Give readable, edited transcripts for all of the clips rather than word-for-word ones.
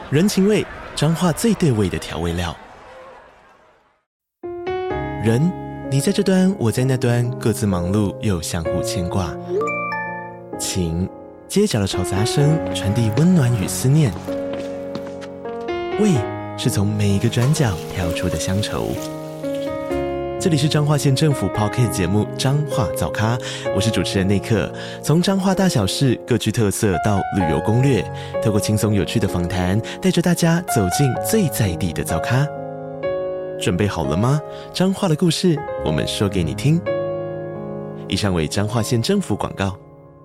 人情味，彰化最对味的调味料。人，你在这端，我在那端，各自忙碌又相互牵挂。情，街角的吵杂声传递温暖与思念。味，是从每一个转角跳出的乡愁。这里是彰化县政府 Podcast 节目《彰化早咖》，我是主持人内克。从彰化大小事各具特色到旅游攻略，透过轻松有趣的访谈，带着大家走进最在地的早咖。准备好了吗？彰化的故事，我们说给你听。以上为彰化县政府广告。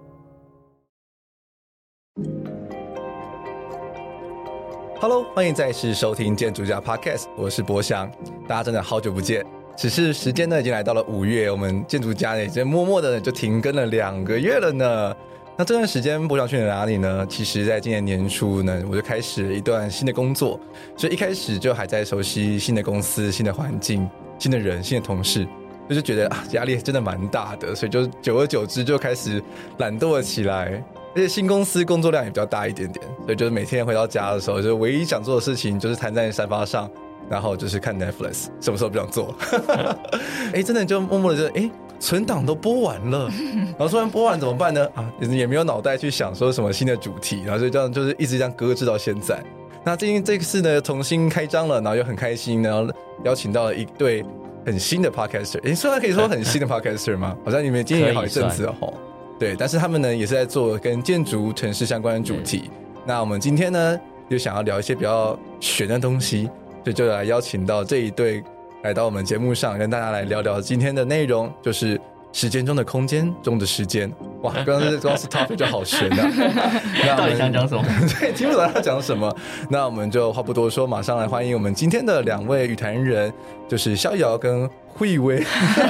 Hello， 欢迎再次收听建筑家 Podcast， 我是博翔。大家真的好久不见，只是时间呢已经来到了5月，我们建筑家呢已经默默的就停更了2个月了呢。那这段时间博翔去了哪里呢？其实在今年年初呢，我就开始了一段新的工作，所以一开始就还在熟悉新的公司、新的环境、新的人、新的同事，就是觉得压力真的蛮大的，所以就久而久之就开始懒惰了起来。而且新公司工作量也比较大一点点，所以就是每天回到家的时候，就唯一想做的事情就是瘫在沙发上，然后就是看 Netflix， 什么时候不想做。真的就默默的就存档都播完了，然后说完播完怎么办呢？也没有脑袋去想说什么新的主题，然后就这样就是一直这样搁置到现在。那这次呢重新开张了，然后又很开心，然后邀请到了一对很新的 podcaster， 虽然可以说很新的 podcaster 吗？好像你们经营也好一阵子了齁。对，但是他们呢也是在做跟建筑、城市相关的主题。那我们今天呢就想要聊一些比较玄的东西，所以就来邀请到这一对来到我们节目上，跟大家来聊聊今天的内容，就是时间中的空间中的时间。哇，刚刚光是 topic 就好悬啊！那到底想讲什么？ 对，听不懂他讲什么。那我们就话不多说，马上来欢迎我们今天的2位语坛人，就是逍遥跟慧薇。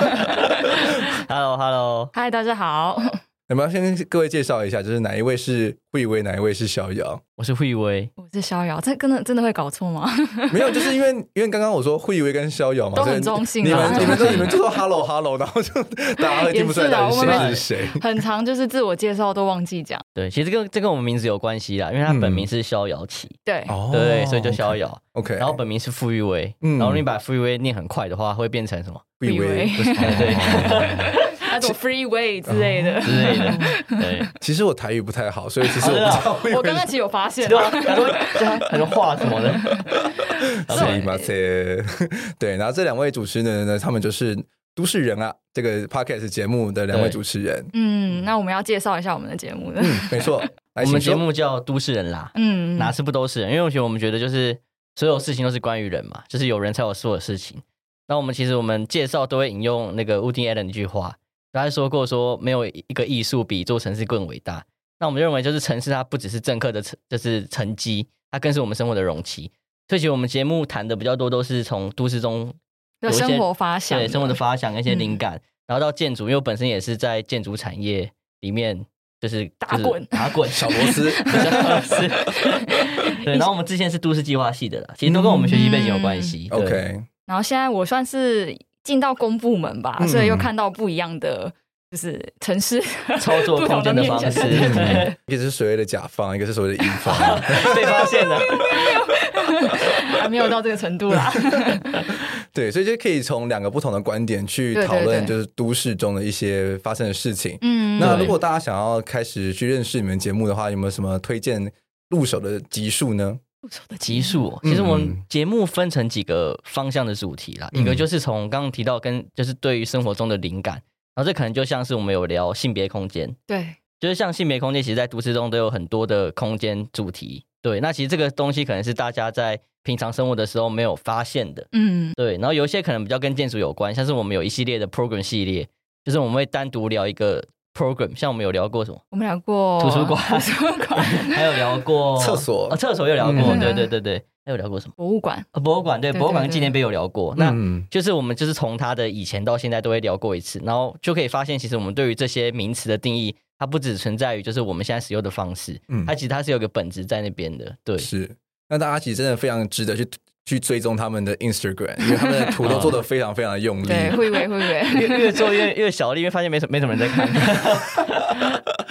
Hello， 嗨，大家好。 我们要先跟各位介绍一下，就是哪一位是慧薇，哪一位是逍遥。 我是慧薇， 我是逍遥，这真的会搞错吗？ 没有，就是因为刚刚我说慧薇跟逍遥嘛， 都很中性啊。 你们就说 hello， 然后就大家会听不出来到底谁是谁。 很常就是自我介绍都忘记讲。 对，其实这跟我们名字有关系啦，因为他本名是逍遥奇， 对， 对，所以就逍遥。 OK， 然后本名是傅玉薇，然后你把傅玉薇念很快的话，会变成什么？ 慧薇， 对。那种 freeway 之类的， 对。 其实我台语不太好，所以其实我不知道。 我刚刚其实有发现， 他说话什么的。 对，然后这2位主持人呢，他们就是都市人啊，这个 podcast 节目的2位主持人。 那我们要介绍一下我们的节目的。 没错， 我们节目叫都市人啦。哪次不都是人？因为我们觉得就是所有事情都是关于人嘛，就是有人才有所有事情。那我们介绍都会引用那个 Woody Allen 的一句话。他说过说没有一个艺术比做城市更伟大。那我们认为就是城市它不只是政客的就是成绩，它更是我们生活的容器。所以其实我们节目谈的比较多都是从都市中有一些生活发想， 对生活的发想跟一些灵感，然后到建筑，因为我本身也是在建筑产业里面就是打滚小螺丝。 对，然后我们之前是都市计划系的啦，其实都跟我们学习背景有关系。 OK， 然后现在我算是进到公部门吧，所以又看到不一样的就是城市操作空间的方式。 一个是所谓的甲方，一个是所谓的乙方。 被发现了。 还没有到这个程度啦。 对，所以就可以从2个不同的观点去讨论就是都市中的一些发生的事情。那如果大家想要开始去认识你们节目的话，有没有什么推荐入手的集数呢？ 入手的集数，其实我们节目分成几个方向的主题啦。一个就是从刚刚提到跟就是对于生活中的灵感，然后这可能就像是我们有聊性别空间， 对， 就是像性别空间，其实在都市中都有很多的空间主题。对，那其实这个东西可能是大家在平常生活的时候没有发现的。对，然后有一些可能比较跟建筑有关，像是我们有一系列的 program 系列，就是我们会单独聊一个 program， 像我们有聊过什么？ 我们聊过图书馆，还有聊过厕所， 厕所有聊过，对，还有聊过什么？ 博物馆， 博物馆，对，博物馆跟纪念碑有聊过。那就是我们就是从它的以前到现在都会聊过一次，然后就可以发现，其实我们对于这些名词的定义，它不只存在于就是我们现在使用的方式，它其实它是有个本质在那边的。对， 是。那大家其实真的非常值得去追踪他们的 Instagram， 因为他们的图都做得非常非常的用力。 对，会越做越小力，因为发现没什么人在看。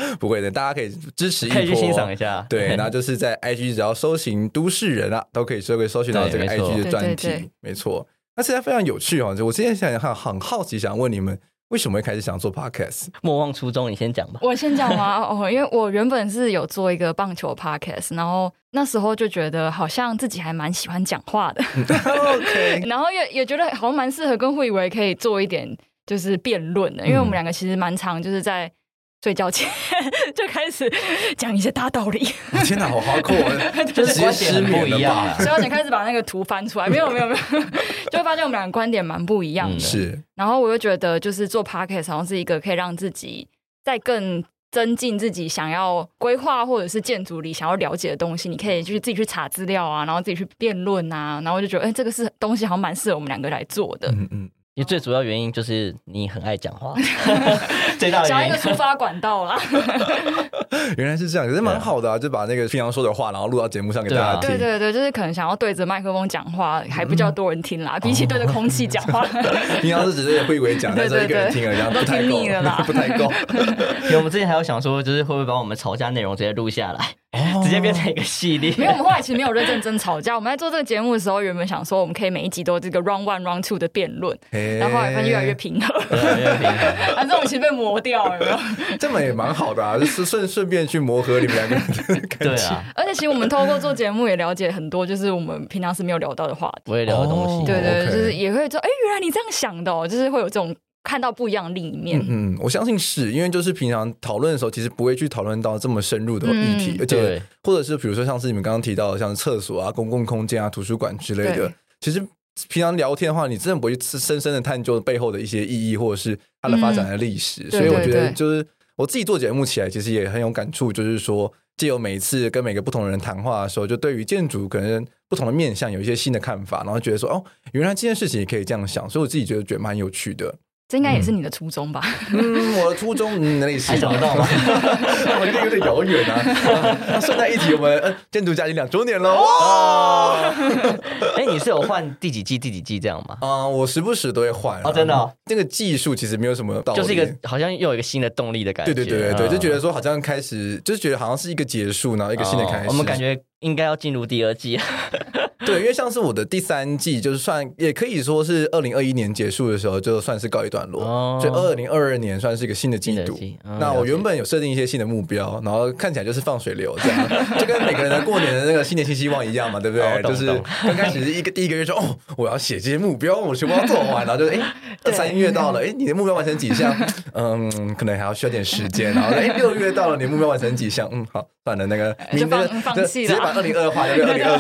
不会的，大家可以支持一波， 可以去欣赏一下。 对，那就是在 IG 只要搜寻都市人啊，都可以搜寻到这个 IG 的专题，没错。那现在非常有趣哦，我现在很好奇，想问你们。为什么会开始想做 podcast？ 莫忘初衷，你先讲吧。 我先讲吗？因为我原本是有做一个棒球 podcast， 然后那时候就觉得好像自己还蛮喜欢讲话的 ，OK， 然后也觉得好像蛮适合跟慧维可以做一点就是辩论的，因为我们两个其实蛮常就是在睡觉前就开始讲一些大道理。 天哪，好hardcore， 就是观点很不一样啊。 睡觉前开始把那个图翻出来，没有，就会发现我们两个观点蛮不一样的。 是， 然后我就觉得，就是做 podcast 好像是一个可以让自己再更增进自己想要规划或者是建筑里想要了解的东西，你可以去自己去查资料啊，然后自己去辩论啊，然后就觉得，这个是东西好像蛮适合我们两个来做的。 因为最主要原因就是你很爱讲话，最大的原因想要一个抒发管道啦。 原来是这样，可是蛮好的啊，就把那个平常说的话，然后录到节目上给大家听。 对，就是可能想要对着麦克风讲话，还比较多人听啦，比起对着空气讲话。 平常是只是慧维讲，但是一个人听了，这样不太够了，不太够。 因为我们之前还有想说，就是会不会把我们吵架内容直接录下来。直接变成一个系列。 没有，我们后来其实没有认真吵架。我们在做这个节目的时候，原本想说我们可以每一集都这个 round 1、round 2的辩论，然后后来发现越来越平和，反正我们其实被磨掉了，有没有？ 这么也蛮好的啊，就是顺便去磨合你们两个人的感情。 而且其实我们透过做节目也了解很多，就是我们平常是没有聊到的话题， 不会聊的东西。 对，就是也会说，原来你这样想的哦，就是会有这种。看到不一样的另一面。 我相信是因为就是平常讨论的时候，其实不会去讨论到这么深入的议题，而且或者是比如说像是你们刚刚提到的，像厕所啊、公共空间啊、图书馆之类的，其实平常聊天的话，你真的不会深深的探究背后的一些意义，或者是它的发展的历史。所以我觉得就是我自己做节目起来，其实也很有感触，就是说藉由每一次跟每个不同的人谈话的时候，就对于建筑可能不同的面向有一些新的看法，然后觉得说原来这件事情也可以这样想，所以我自己觉得蛮有趣的。 这应该也是你的初衷吧？ 我的初衷类似， 还找得到吗？ 我觉得有点遥远啊。顺带一提，我们建筑家已经2周年了哇！ 你是有换第几季这样吗？ 我时不时都会换真的哦。 这个技术其实没有什么道理， 就是一个好像又有一个新的动力的感觉。 对，就觉得说好像开始，就是觉得好像是一个结束，然后一个新的开始。 我们感觉应该要进入第2季。 对，因为像是我的第3季，就是算也可以说是2021年结束的时候，就算是告一段落。所以2022年算是一个新的季度。那我原本有设定一些新的目标，然后看起来就是放水流这样，就跟每个人的过年的那个新年新希望一样嘛，对不对？就是刚开始是第一个月说我要写这些目标，我全部要做完，然后就是3月到了，你的目标完成几项？可能还要需要点时间。然后6月到了，你的目标完成几项？好，算了，那个就放弃了， 直接把2022划掉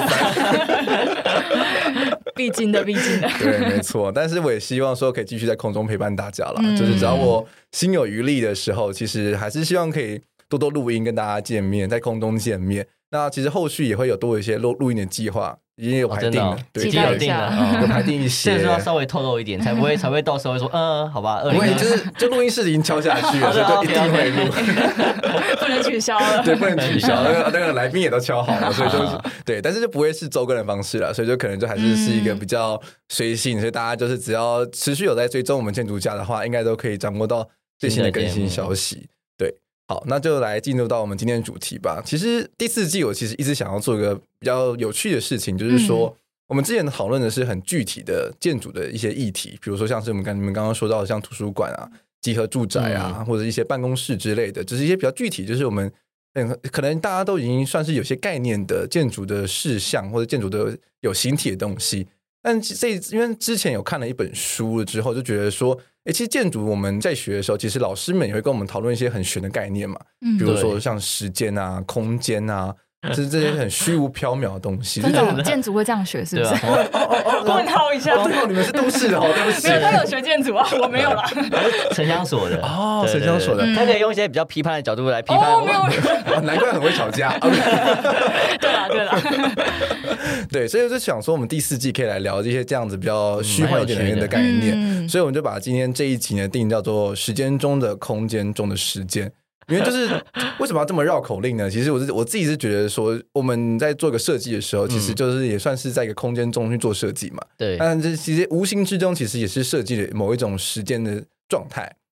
2023。 必经的对，没错。但是我也希望说可以继续在空中陪伴大家啦，就是只要我心有余力的时候，其实还是希望可以多多录音跟大家见面，在空中见面。那其实后续也会有多一些录音的计划，已经有排定了，对， 期待一下， 有排定一些。 这个是要稍微透露一点，才不会到时候会说好吧。 不会，就录音室已经敲下去了，所以就一定会录， 不能取消了。 对，不能取消。那个来宾也都敲好了，所以就是对，但是就不会是周更的方式了，所以就可能就还是一个比较随性，所以大家就是只要持续有在追踪我们建筑家的话，应该都可以掌握到最新的更新消息。对。好，那就来进入到我们今天的主题吧。其实第4季我其实一直想要做一个比较有趣的事情，就是说我们之前讨论的是很具体的建筑的一些议题，比如说像是你们刚刚说到的像图书馆啊、集合住宅啊，或者一些办公室之类的，就是一些比较具体，就是我们可能大家都已经算是有些概念的建筑的事项或者建筑的有形体的东西。但因为之前有看了一本书了之后，就觉得说其实建筑我们在学的时候，其实老师们也会跟我们讨论一些很玄的概念嘛，比如说像时间啊、空间啊，就是这些很虚无缥缈的东西。 真的，建筑会这样学是不是？问号一下， 你们是都市的对不起。 没有，他有学建筑啊，我没有啦。 城乡所的城乡所的， 他可以用一些比较批判的角度来批判。 没有， 难怪很会吵架。 对啦。 对，所以我就想说，我们第4季可以来聊这些这样子比较虚幻一点的概念，所以我们就把今天这一集呢定叫做“时间中的空间中的时间”。因为就是为什么要这么绕口令呢？其实我自己是觉得说，我们在做个设计的时候，其实就是也算是在一个空间中去做设计嘛。 对， 但这其实无形之中其实也是设计了某一种时间的状态。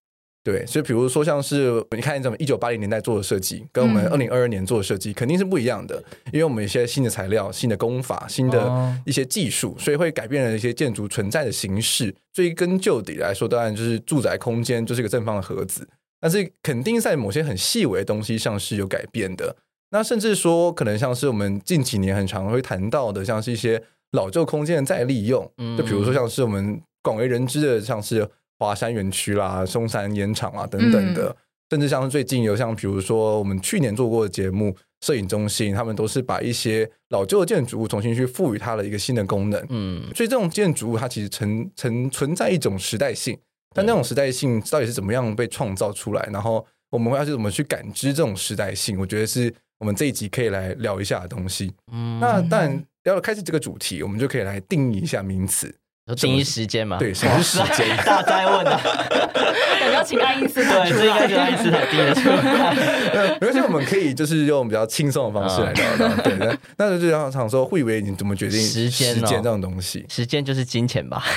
对，所以比如说像是你看咱们1980年代做的设计跟我们2022年做的设计肯定是不一样的，因为我们有一些新的材料、新的工法、新的一些技术，所以会改变了一些建筑存在的形式。追根究底来说，当然就是住宅空间就是一个正方的盒子，但是肯定在某些很细微的东西上是有改变的。那甚至说可能像是我们近几年很常会谈到的，像是一些老旧空间的再利用，就比如说像是我们广为人知的像是华山园区啦、松山烟厂啊等等的，甚至像是最近有像比如说我们去年做过的节目摄影中心，他们都是把一些老旧的建筑物重新去赋予它的一个新的功能。所以这种建筑物它其实存在一种时代性，但那种时代性到底是怎么样被创造出来，然后我们要去怎么去感知这种时代性，我觉得是我们这一集可以来聊一下的东西。那当然要开始这个主题，我们就可以来定义一下名词。 定义时间嘛？ 对，什么是时间？ 大灾问啊！ 感觉请爱因斯坦， 对，这应该是爱因斯坦定的出来。 而且我们可以就是用比较轻松的方式来聊聊。对，那就想说，会以为你怎么决定时间这种东西？ 时间就是金钱吧？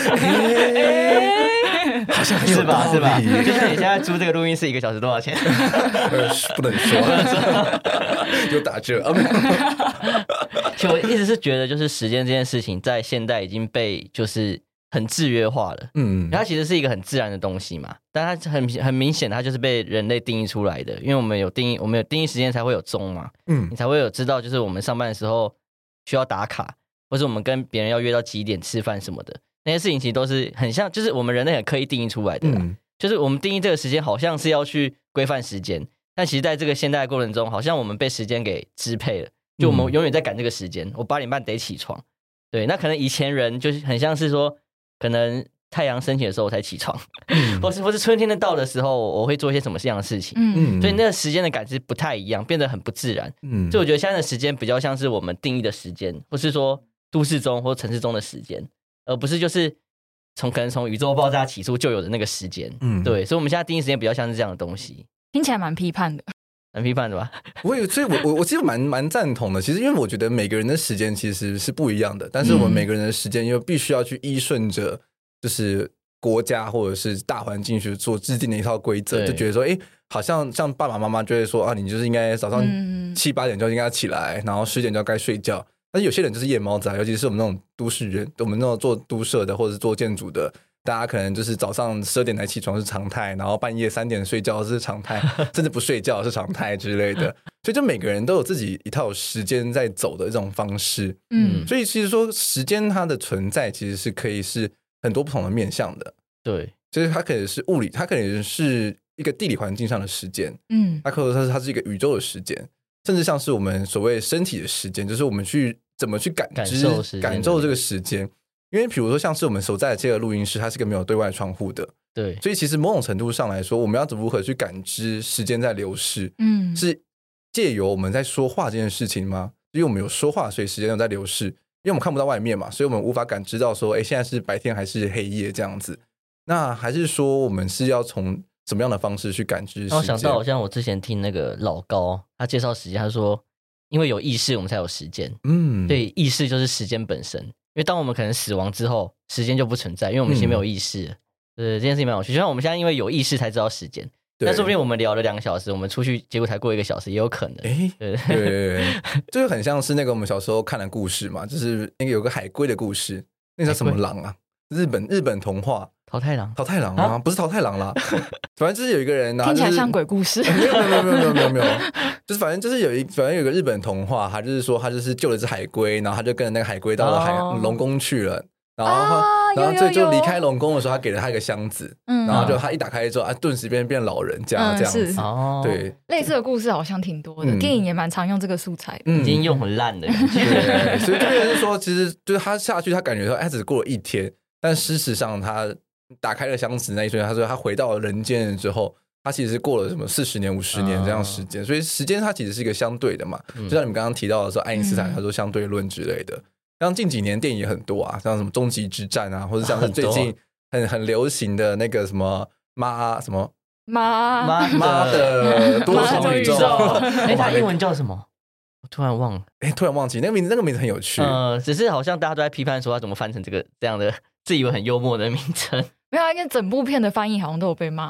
好像是吧？是吧？就是你现在租这个录音室1个小时多少钱？ 不能说，有打折。 其实我一直是觉得，就是时间这件事情，在现代已经被就是很制约化了。它其实是一个很自然的东西嘛，但它很明显，它就是被人类定义出来的。因为我们有定义时间，才会有钟嘛。你才会有知道，就是我们上班的时候需要打卡，或是我们跟别人要约到几点吃饭什么的，那些事情其实都是很像，就是我们人类很刻意定义出来的啦。就是我们定义这个时间，好像是要去规范时间，但其实在这个现代的过程中，好像我们被时间给支配了。就我们永远在赶这个时间，我8点半得起床。对，那可能以前人就是很像是说，可能太阳升起的时候我才起床，或是春天的到的时候，我会做一些什么样的事情。所以那个时间的感知不太一样，变得很不自然。所以我觉得现在的时间比较像是我们定义的时间，或是说都市中或城市中的时间，而不是就是可能从宇宙爆炸起初就有的那个时间。对，所以我们现在定义时间比较像是这样的东西。 听起来蛮批判的。 蛮批判的吧？ 所以我其实蛮赞同的。其实因为我觉得每个人的时间其实是不一样的，但是我们每个人的时间又必须要去依顺着就是国家或者是大环境去做制定的一套规则，就觉得说，好像爸爸妈妈就会说啊，你就是应该早上7、8点就应该起来，然后10点就要该睡觉。但是有些人就是夜猫子，尤其是我们那种都市人，我们那种做都社的或者是做建筑的。大家可能就是早上12点才起床是常态，然后半夜3点睡觉是常态，甚至不睡觉是常态之类的。所以就每个人都有自己一套时间在走的这种方式。所以其实说时间它的存在其实是可以是很多不同的面向的。 对， 就是它可能是物理，它可能是一个地理环境上的时间。它可能它是一个宇宙的时间，甚至像是我们所谓身体的时间，就是我们去怎么去感受这个时间。因为比如说像是我们所在的这个录音室，它是个没有对外窗户的。 对， 所以其实某种程度上来说，我们要如何去感知时间在流逝，是借由我们在说话这件事情吗？因为我们有说话，所以时间有在流逝。因为我们看不到外面嘛，所以我们无法感知到说，现在是白天还是黑夜这样子。那还是说我们是要从什么样的方式去感知时间？ 我想到好像我之前听那个老高他介绍时间，他说因为有意识我们才有时间。对，意识就是时间本身。因为当我们可能死亡之后，时间就不存在，因为我们已经没有意识了。对，这件事情蛮有趣。就像我们现在因为有意识才知道时间，但说不定我们聊了2个小时，我们出去结果才过1个小时，也有可能。 对，这就很像是那个我们小时候看的故事嘛，就是那个有个海龟的故事，那叫什么狼啊？日本童话桃太郎啊，不是桃太郎啦，反正就是有一个人， 听起来像鬼故事。 没有，就是反正就是有一个日本童话，他就是说他就是救了只海龟，然后他就跟着那个海龟到了龙宫去了，然后就离开龙宫的时候，他给了他一个箱子，然后就他一打开之后，顿时变老人家这样子。对， 类似的故事好像挺多的，电影也蛮常用这个素材的， 已经用很烂的。 对，所以这个是说，其实就是他下去，他感觉说，他只过了1天，但事实上他打开了箱子那一瞬间，他说他回到人间之后，他其实是过了什么40年、50年这样时间，所以时间它其实是一个相对的嘛。就像你们刚刚提到的说，爱因斯坦他说相对论之类的。像近几年电影也很多啊，像什么终极之战啊，或者像是最近很流行的那个什么妈的多重宇宙。 它英文叫什么？我突然忘了。 突然忘记那个名字很有趣。 只是好像大家都在批判说他怎么翻成这样的自以为很幽默的名称。 没有，因为整部片的翻译好像都有被骂。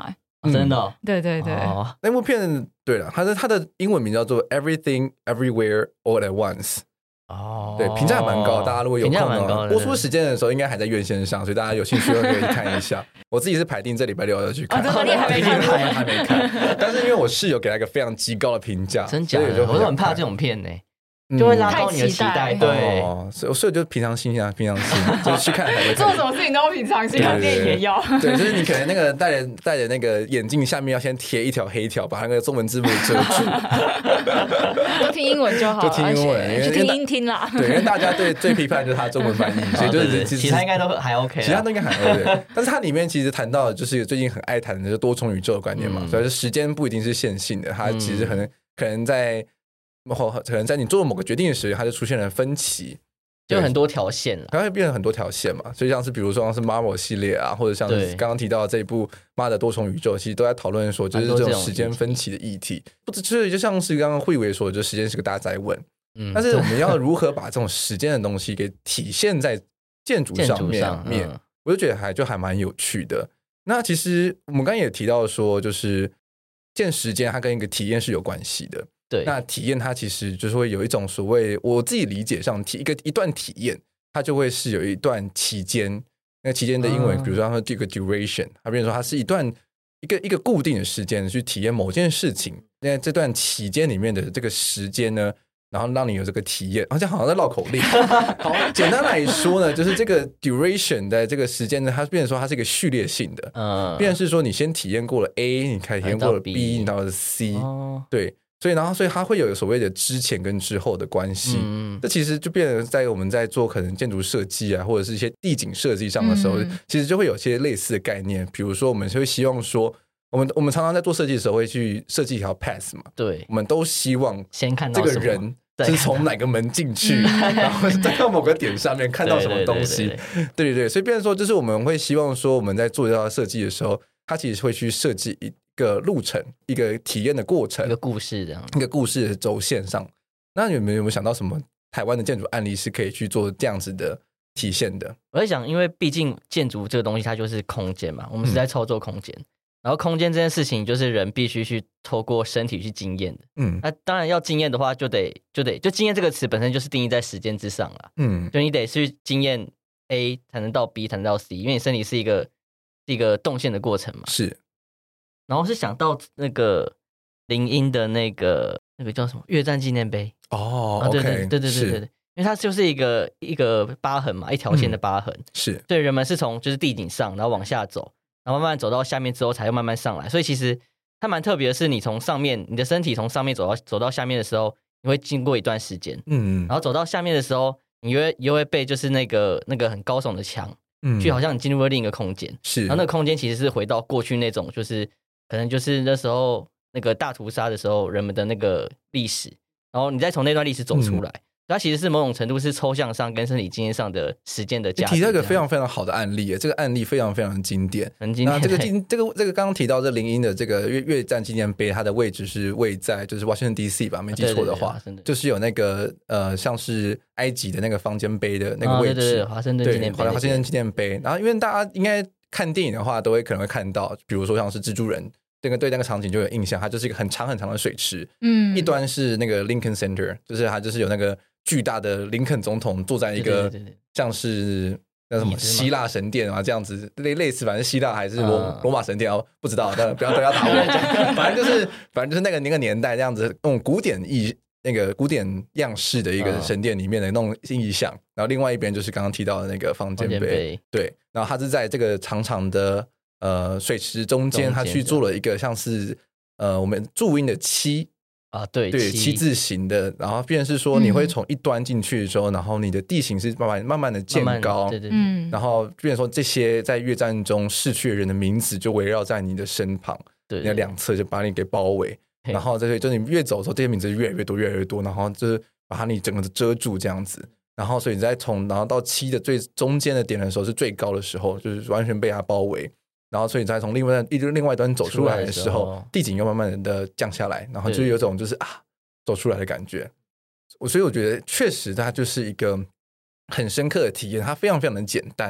真的、哦？ 对对对， 那部片对了，它的英文名叫做 Everything Everywhere All at Once。对，评价还蛮高，大家如果有空的播出时间的时候，应该还在院线上，所以大家有兴趣的可以看一下。我自己是排定这礼拜6要去看， 你还没看， 还没看。但是因为我室友给了一个非常极高的评价， 真假的，我都很怕这种片呢。就会拉高你的期待，对， 所以就平常心啊，平常心，就是去看才会看。 做什么事情都要平常心，看电影也要。 对，就是你可能那个戴着那个眼镜下面要先贴一条黑条，把那个中文字幕遮住。 就听英文就好， 就听英文， 就听音听啦。 对，因为大家最批判就是他中文翻译，所以就是其他应该都还 OK， 其他都应该还 OK。但是它里面其实谈到的就是最近很爱谈的就是多重宇宙的观念嘛，所以时间不一定是线性的，它其实可能在你做某个决定的时候，它就出现了分歧， 就很多条线了， 它会变成很多条线嘛。所以像是比如说像是 Marvel 系列啊，或者像是刚刚提到的这一部《妈的多重宇宙》，其实都在讨论说，就是这种时间分歧的议题。不只就像是刚刚慧伟说的，就时间是个大哉问。但是我们要如何把这种时间的东西给体现在建筑上面，我就觉得还蛮有趣的。那其实我们刚刚也提到说，就是见时间它跟一个体验是有关系的。 对， 那体验它其实就是会有一种所谓我自己理解上一段体验，它就会是有一段期间，那期间的英文，比如说它这个 duration， 它比如说它是一个固定的时间去体验某件事情，那这段期间里面的这个时间呢，然后让你有这个体验，好像在绕口令。好，简单来说呢，就是这个 duration 的这个时间呢，它变成说它是一个序列性的，变成是说你先体验过了 A， 你开始体验过了 B， 你到了 C， 对。所以它会有所谓的之前跟之后的关系，这其实就变成在我们在做可能建筑设计啊，或者是一些地景设计上的时候，其实就会有些类似的概念。比如说，我们会希望说，我们常常在做设计的时候会去设计一条 path 嘛， 对， 我们都希望先看到这个人是从哪个门进去，然后再到某个点上面看到什么东西，对，所以变成说，就是我们会希望说，我们在做这套设计的时候，它其实会去设计一个路程，一个体验的过程， 一个故事这样， 一个故事的轴线上。那有没有想到什么台湾的建筑案例是可以去做这样子的体现的？ 我在想，因为毕竟建筑这个东西它就是空间嘛，我们是在操作空间，然后空间这件事情就是人必须去透过身体去经验的。那当然要经验的话，就经验这个词本身就是定义在时间之上啦。就你得去经验 A 才能到 B 才能到 C， 因为你身体是一个动线的过程嘛。是。然后是想到那个林荫的那个叫什么越战纪念碑对，因为它就是一个疤痕嘛，一条线的疤痕，是对人们是从就是地顶上，然后往下走，然后慢慢走到下面之后才会慢慢上来，所以其实它蛮特别的是，你从上面，你的身体从上面走到下面的时候，你会经过一段时间，然后走到下面的时候，你又会被就是那个很高耸的墙，就好像你进入了另一个空间，是，然后那个空间其实是回到过去那种就是可能就是那时候那个大屠杀的时候人们的那个历史，然后你再从那段历史走出来，它其实是某种程度是抽象上跟身体经验上的时间的价值。 提到一个非常非常好的案例，这个案例非常非常经典，很经典。那这个刚刚提到这林荫的这个越战纪念碑，它的位置是位在就是 Washington DC 吧，没记错的话，就是有那个像是埃及的那个方尖碑的那个位置， 对，华盛顿纪念碑， 华盛顿纪念碑。然后因为大家应该看电影的话，可能会看到，比如说像是蜘蛛人。对那个场景就有印象，它就是一个很长很长的水池，一端是那个 Lincoln Center， 就是它就是有那个巨大的林肯总统坐在一个像是那什么希腊神殿啊这样子类似，反正希腊还是罗马神殿哦，不知道，但不要打我，反正就是那个年代这样子，那种古典样式的一个神殿里面的那种意象，然后另外一边就是刚刚提到的那个方尖碑，对，然后它是在这个长长的。水池中间，他去做了一个像是我们注音的七啊，对七字形的，然后变成是说你会从一端进去的时候，然后你的地形是慢慢的渐高，对，然后变成说这些在越战中逝去的人的名字就围绕在你的身旁，对，你的两侧就把你给包围，然后就是你越走的时候，这些名字就越来越多，越来越多，然后就是把你整个遮住这样子。然后所以你在然后到七的最中间的点的时候是最高的时候，就是完全被它包围。然后所以再从另外一端走出来的时候，地景又慢慢的降下来，然后就有种就是走出来的感觉。所以我觉得确实它就是一个很深刻的体验，它非常非常的简单，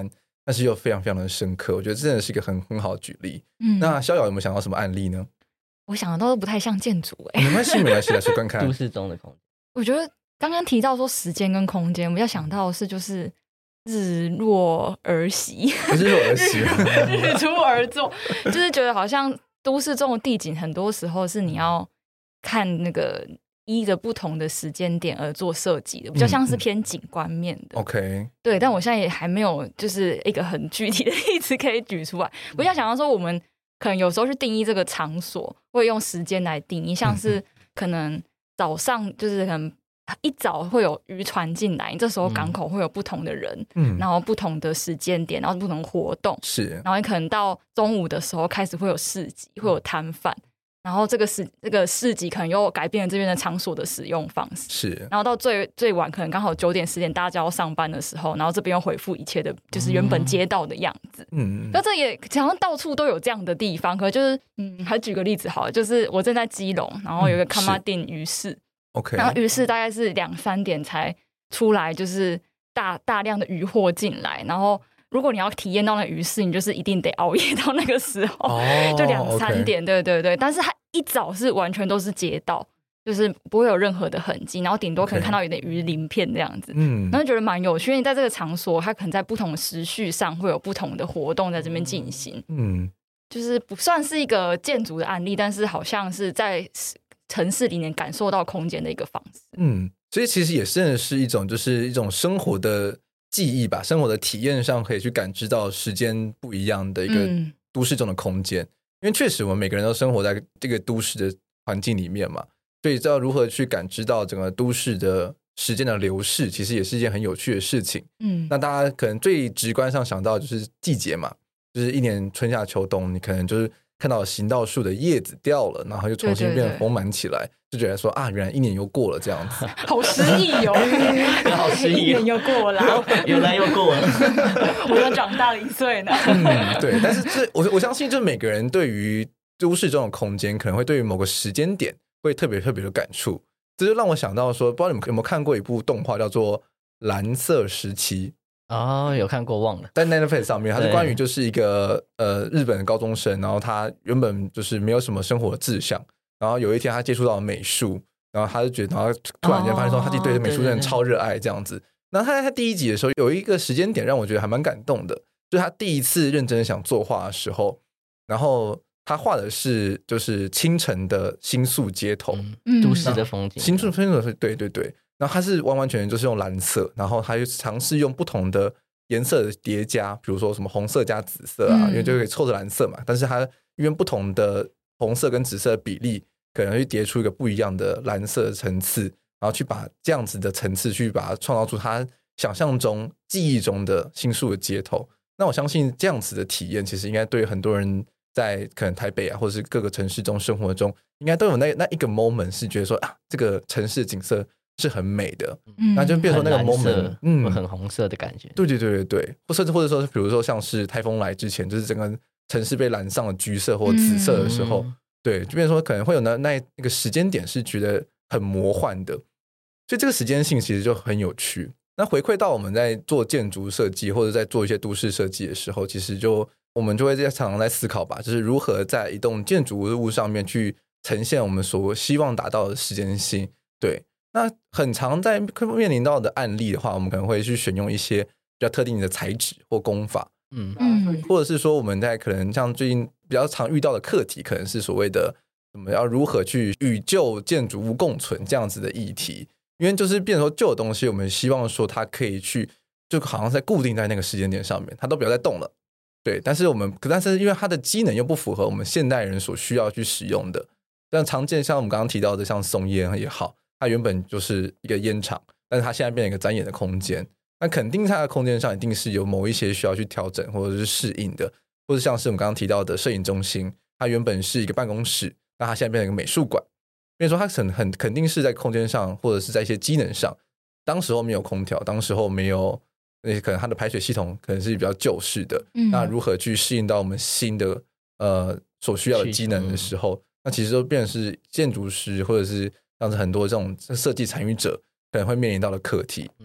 但是又非常非常的深刻，我觉得真的是一个很好的举例。那逍遥有没有想到什么案例呢？ 我想到都不太像建筑没关系没关系，来说看看。 都市中的空间， 我觉得刚刚提到说时间跟空间，我比较想到的是就是日落而息， 日落而息， 日出而作，就是觉得好像都市中的地景，很多时候是你要看那个依着不同的时间点而做设计的，比较像是偏景观面的。 OK， 对，但我现在也还没有就是一个很具体的例子可以举出来。我想到说，我们可能有时候去定义这个场所，会用时间来定义，像是可能早上就是可能一早会有渔船进来，这时候港口会有不同的人，然后不同的时间点，然后不同的活动， 是， 然后你可能到中午的时候开始会有市集，会有摊贩，然后这个市集可能又改变了这边的场所的使用方式， 是， 然后到最晚可能刚好9点10点大家要上班的时候，然后这边又恢复一切的就是原本街道的样子。那这也好像到处都有这样的地方，可就是还举个例子好了，就是我正在基隆，然后有一个卡玛丁鱼市。 OK， 然后鱼市大概是2-3点才出来，就是大量的渔货进来，然后如果你要体验到那鱼市，你就是一定得熬夜到那个时候，就2-3点，对对对。但是它一早是完全都是街道，就是不会有任何的痕迹，然后顶多可能看到有点鱼鳞片这样子，然后觉得蛮有趣。因为在这个场所，它可能在不同的时序上会有不同的活动在这边进行，就是不算是一个建筑的案例，但是好像是在城市里面感受到空间的一个方式。 所以其实也真的是一种就是一种生活的记忆吧，生活的体验上可以去感知到时间不一样的一个都市中的空间。因为确实我们每个人都生活在这个都市的环境里面嘛，所以知道如何去感知到整个都市的时间的流逝，其实也是一件很有趣的事情。那大家可能最直观上想到就是季节嘛，就是一年春夏秋冬，你可能就是看到行道树的叶子掉了，然后又重新变得丰满起来，就觉得说啊，原来一年又过了这样子。 好诗意哦， 好诗意， 一年又过了， 原来又过了， 我又长大了1岁呢。 对，但是我相信，就是每个人对于都市这种空间，可能会对于某个时间点会特别特别有感触。这就让我想到说，不知道你们有没有看过一部动画叫做《蓝色时期》。 有看过忘了， 在 Netflix 上面，它是关于就是一个日本的高中生，然后他原本就是没有什么生活的志向，然后有一天他接触到了美术，然后他就觉得，然后突然间发现说他自己对美术真的超热爱这样子。然后他在第一集的时候有一个时间点让我觉得还蛮感动的，就是他第一次认真想作画的时候，然后他画的是就是清晨的新宿街头， 都市的风景， 新宿风景，对对对。然后它是完完全全就是用蓝色，然后他就尝试用不同的颜色的叠加，比如说什么红色加紫色啊，因为就可以凑着蓝色嘛。但是它因为不同的红色跟紫色的比例，可能会叠出一个不一样的蓝色的层次，然后去把这样子的层次去把它创造出他想象中、记忆中的新宿的街头。那我相信这样子的体验，其实应该对很多人在可能台北啊，或者是各个城市中生活中，应该都有那一个 moment 是觉得说啊，这个城市的景色是很美的，那就变成那个 moment， 很红色的感觉。 对对对对对，甚至或者说，比如说像是台风来之前，就是整个城市被染上了橘色或紫色的时候，对，就变成说可能会有那个时间点是觉得很魔幻的，所以这个时间性其实就很有趣。那回馈到我们在做建筑设计或者在做一些都市设计的时候，其实我们就会常常在思考吧，就是如何在一栋建筑物上面去呈现我们所希望达到的时间性。对，那很常在面临到的案例的话，我们可能会去选用一些比较特定的材质或工法，或者是说我们在可能像最近比较常遇到的课题，可能是所谓的我们要如何去与旧建筑物共存这样子的议题。因为就是变成说旧的东西，我们希望说它可以去就好像在固定在那个时间点上面，它都不要再动了。对，但是因为它的机能又不符合我们现代人所需要去使用的，但常见像我们刚刚提到的像松烟也好，它原本就是一个烟厂，但是它现在变成一个展演的空间，那肯定它的空间上一定是有某一些需要去调整或者是适应的，或者像是我们刚刚提到的摄影中心，它原本是一个办公室，那它现在变成一个美术馆，因为说它肯定是在空间上或者是在一些机能上，当时候没有空调，当时候没有可能它的排水系统可能是比较旧式的，那如何去适应到我们新的所需要的机能的时候，那其实都变成是建筑师或者是像是很多这种设计参与者可能会面临到的课题。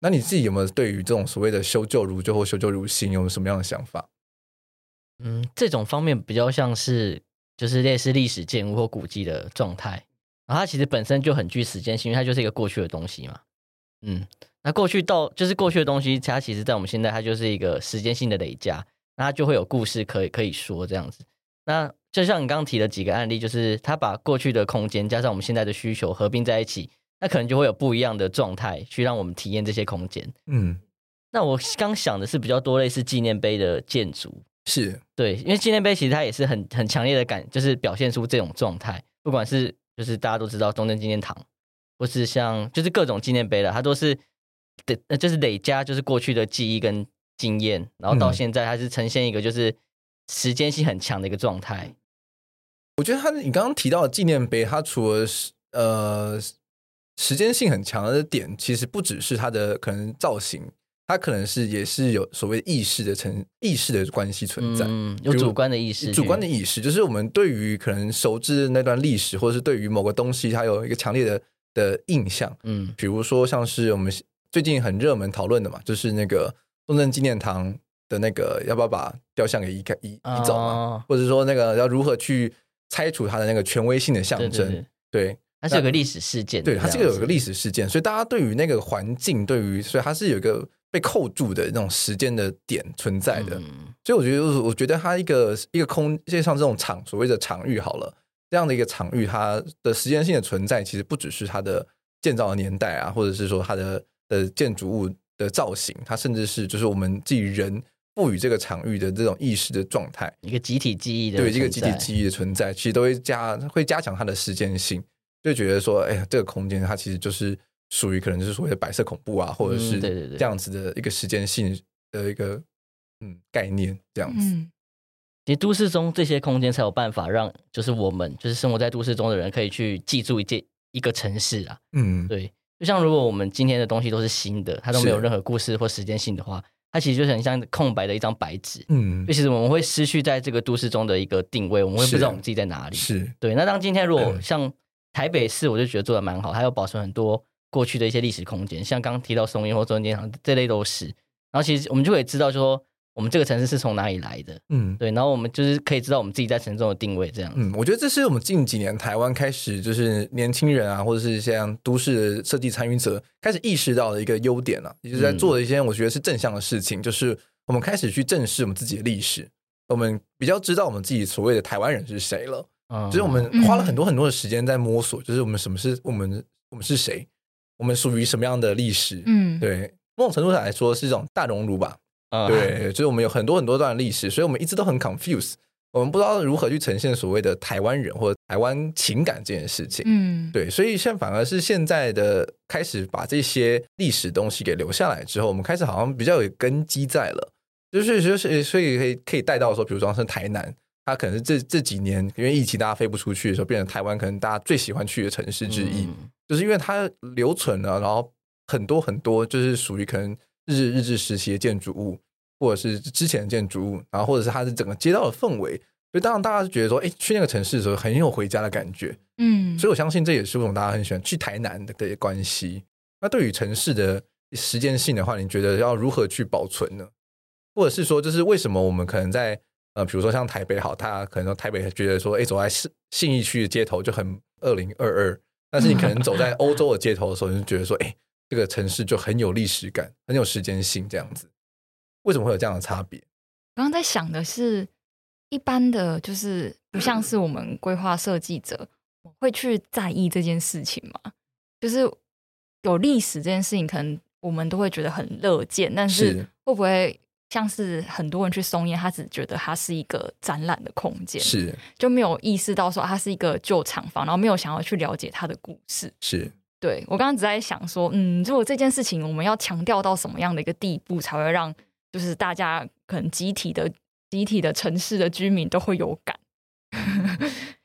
那你自己有没有对于这种所谓的修旧如旧或修旧如新有什么样的想法？ 这种方面比较像是就是类似历史建物或古迹的状态，然后它其实本身就很具时间性，因为它就是一个过去的东西嘛。那过去就是过去的东西，它其实在我们现在它就是一个时间性的累加，那它就会有故事可以说这样子。那就像你刚刚提的几个案例，就是它把过去的空间加上我们现在的需求合并在一起，那可能就会有不一样的状态去让我们体验这些空间。那我刚想的是比较多类似纪念碑的建筑， 是对，因为纪念碑其实它也是很强烈的就是表现出这种状态，不管是就是大家都知道中正纪念堂，或是像就是各种纪念碑了，它都是就是累加就是过去的记忆跟经验，然后到现在它是呈现一个就是时间性很强的一个状态。 我觉得你刚刚提到的纪念碑，它除了时间性很强的点，其实不只是它的可能造型，它可能也是有所谓意识的关系存在， 有主观的意识， 主观的意识就是我们对于可能熟知的那段历史，或者是对于某个东西它有一个强烈的印象。比如说像是我们最近很热门讨论的嘛，就是那个中正纪念堂的那个要不要把雕像给移走嘛，或者说那个要如何去拆除它的那个权威性的象征。对， 它是有个历史事件， 对，它是有个历史事件，所以大家对于那个环境，所以它是有一个被扣住的那种时间的点存在的。所以我觉得它一个空间上这种所谓的场域好了，这样的一个场域，它的时间性的存在，其实不只是它的建造的年代啊，或者是说它的建筑物的造型，它甚至是就是我们自己人赋予这个场域的这种意识的状态， 一个集体记忆的对，一个集体记忆的存在，其实都会加强它的时间性，就觉得说，哎呀，这个空间它其实就是属于可能就是所谓的白色恐怖啊，或者是这样子的一个时间性的一个概念，这样子。 其实都市中这些空间才有办法让就是我们就是生活在都市中的人可以去记住一个城市啊。对。就像如果我们今天的东西都是新的，它都没有任何故事或时间性的话，它其实就很像空白的一张白纸。就其实我们会失去在这个都市中的一个定位，我们会不知道我们自己在哪里。 是对。 那当今天如果像台北市，我就觉得做得蛮好，它有保存很多过去的一些历史空间，像刚刚提到松烟或中正纪念堂这类都是。然后其实我们就可以知道说我们这个城市是从哪里来的。对，然后我们就是可以知道我们自己在城市中的定位这样子。 我觉得这是我们近几年台湾开始就是年轻人啊，或者是像都市的设计参与者开始意识到的一个优点啊，也就是在做的一些我觉得是正向的事情，就是我们开始去正视我们自己的历史，我们比较知道我们自己所谓的台湾人是谁了。就是我们花了很多很多的时间在摸索，就是我们是谁，我们属于什么样的历史。对，某种程度上来说是一种大熔炉吧。对，就是我们有很多很多段历史，所以我们一直都很 confused， 我们不知道如何去呈现所谓的台湾人或者台湾情感这件事情。对，所以反而是现在的开始把这些历史东西给留下来之后，我们开始好像比较有根基在了，所以可以带到说，比如说像台南，它可能是这几年因为疫情大家飞不出去的时候，变成台湾可能大家最喜欢去的城市之一。就是因为它留存了，然后很多很多就是属于可能日治时期的建筑物，或者是之前的建筑物，然后或者是它是整个街道的氛围，所以当然大家就觉得说，去那个城市的时候很有回家的感觉。所以我相信这也是为什么大家很喜欢去台南的关系。那对于城市的时间性的话，你觉得要如何去保存呢？或者是说，就是为什么我们可能在比如说像台北好，他可能说台北觉得说，走在信义区的街头就很2022，但是你可能走在欧洲的街头的时候，你就觉得说，这个城市就很有历史感，很有时间性，这样子。为什么会有这样的差别？ 刚刚在想的是，一般的就是不像是我们规划设计者会去在意这件事情嘛，就是有历史这件事情，可能我们都会觉得很乐见，但是会不会像是很多人去松烟，他只觉得它是一个展览的空间， 是就没有意识到说它是一个旧厂房，然后没有想要去了解它的故事。 是。 对，我刚刚只在想说，如果这件事情我们要强调到什么样的一个地步，才会让就是大家可能集体的城市的居民都会有感。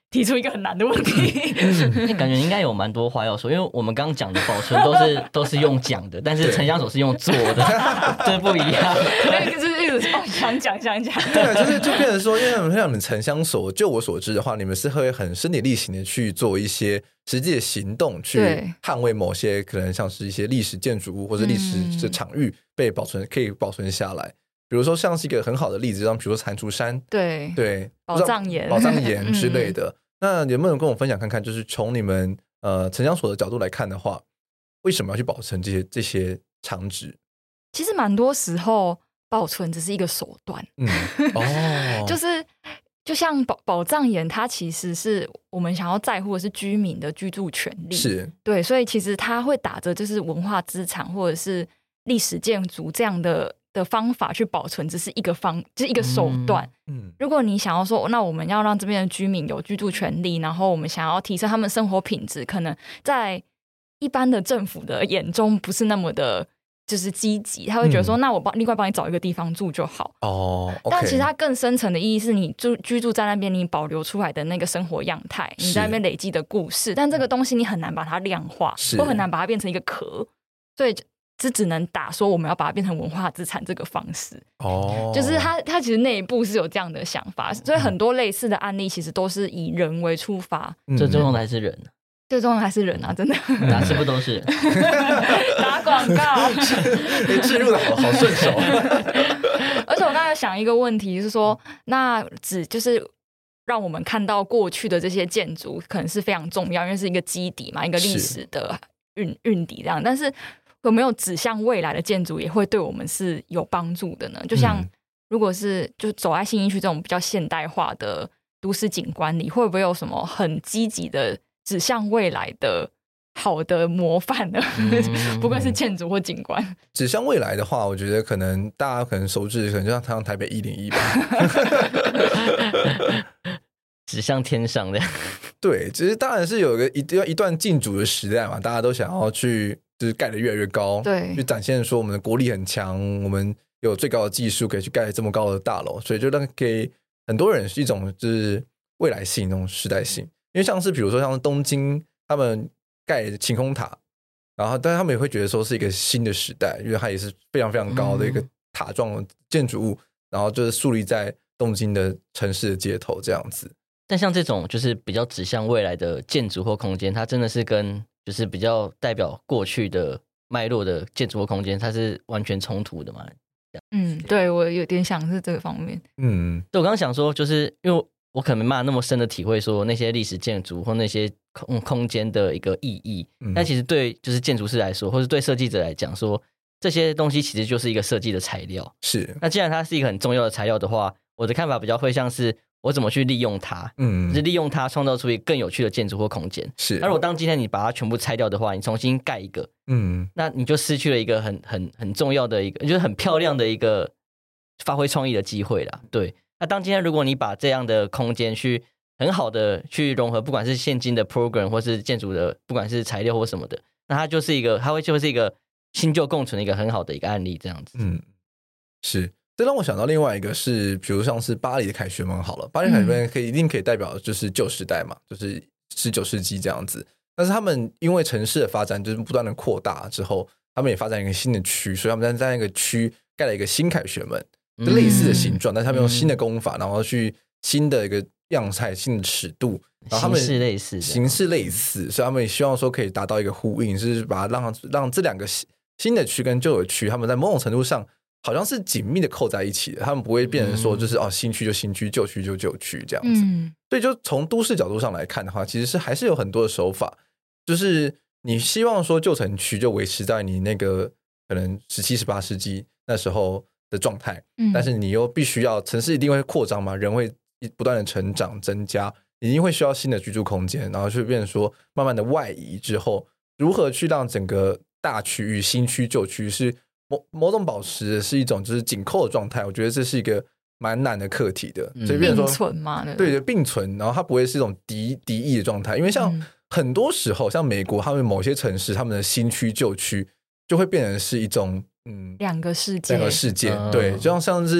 提出一个很难的问题。 感觉应该有蛮多话要说，因为我们刚刚讲的保存都是用讲的，但是城乡所是用做的，这不一样。 那个就是一直想讲。 对，就变成说，因为像你们城乡所，就我所知的话，你们是会很身体力行的去做一些实际的行动，去捍卫某些可能像是一些历史建筑物或者历史的场域被可以保存下来。比如说像是一个很好的例子，像比如说蟾蜍山，对， 宝藏岩之类的。那有没有跟我分享看看，就是从你们城乡所的角度来看的话，为什么要去保存这些场址？ 其实蛮多时候保存只是一个手段，就是就像宝藏岩，它其实是我们想要在乎的是居民的居住权利， 是对，所以其实它会打着就是文化资产或者是历史建筑这样的方法去保存，只是就是一个手段。如果你想要说，那我们要让这边的居民有居住权利，然后我们想要提升他们生活品质，可能在一般的政府的眼中不是那么的就是积极，他会觉得说，那我另外帮你找一个地方住就好。 但其实它更深层的意义是你居住在那边，你保留出来的那个生活样态，你在那边累积的故事，但这个东西你很难把它量化，或很难把它变成一个壳，所以只能打说我们要把它变成文化资产这个方式。就是它其实内部是有这样的想法，所以很多类似的案例其实都是以人为出发。 最重要的还是人， 最重要还是人啊，真的。 哪次不都是打广告置入的好顺手。 而且我刚才想一个问题是说，那就是让我们看到过去的这些建筑可能是非常重要，因为是一个基底嘛，一个历史的运底这样，但是有没有指向未来的建筑也会对我们是有帮助的呢？就像如果是就走在信义区这种比较现代化的都市景观里，会不会有什么很积极的指向未来的好的模范呢？不管是建筑或景观， 指向未来的话，我觉得可能大家可能熟知，可能就像台北101吧。 指向天上的。 对，其实当然是有一段竞逐的时代嘛，大家都想要去就是盖得越来越高， 对， 去展现说我们的国力很强，我们有最高的技术可以去盖这么高的大楼，所以就让给很多人是一种就是未来性那种时代性。因为像是比如说像东京他们盖晴空塔，然后但是他们也会觉得说是一个新的时代，因为它也是非常非常高的一个塔状的建筑物，然后就是树立在东京的城市的街头这样子。 但像这种就是比较指向未来的建筑或空间，它真的是跟就是比较代表过去的脉络的建筑或空间，它是完全冲突的嘛？ 对，我有点想是这个方面。 对，我刚刚想说，就是因为我可能没办法那么深的体会说那些历史建筑或那些空间的一个意义，但其实对就是建筑师来说，或是对设计者来讲说，这些东西其实就是一个设计的材料。 是， 那既然它是一个很重要的材料的话，我的看法比较会像是我怎么去利用它，就是利用它创造出一个更有趣的建筑或空间。 是， 那如果当今天你把它全部拆掉的话，你重新盖一个，那你就失去了一个很重要的一个，就是很漂亮的一个发挥创意的机会啦。对，那当今天如果你把这样的空间去很好的去融合，不管是现今的 program 或是建筑的，不管是材料或什么的，那它就是一个，就是一个新旧共存的一个很好的一个案例，这样子。 是。这让我想到另外一个是，比如像是巴黎的凯旋门好了，巴黎凯旋门一定可以代表就是旧时代嘛，就是19世纪这样子。但是他们因为城市的发展就是不断的扩大之后，他们也发展一个新的区，所以他们在那个区盖了一个新凯旋门，类似的形状，但是他们用新的工法，然后去新的一个样态、新的尺度，然后他们形式类似， 所以他们也希望说可以达到一个呼应，是把它让这两个新的区跟旧的区，他们在某种程度上好像是紧密的扣在一起的，他们不会变成说就是新区就新区，旧区就旧区这样子。所以就从都市角度上来看的话，其实是还是有很多的手法，就是你希望说旧城区就维持在你那个可能17、18世纪那时候的状态，但是你又必须要城市一定会扩张嘛，人会不断的成长增加，一定会需要新的居住空间，然后就变成说慢慢的外移之后，如何去让整个大区域新区旧区是某种保持的是一种就是紧扣的状态，我觉得这是一个蛮难的课题的，所以变成说并存嘛， 对并存，然后它不会是一种敌意的状态，因为像很多时候像美国他们某些城市他们的新区旧区就会变成是一种两个世界， 对，就像是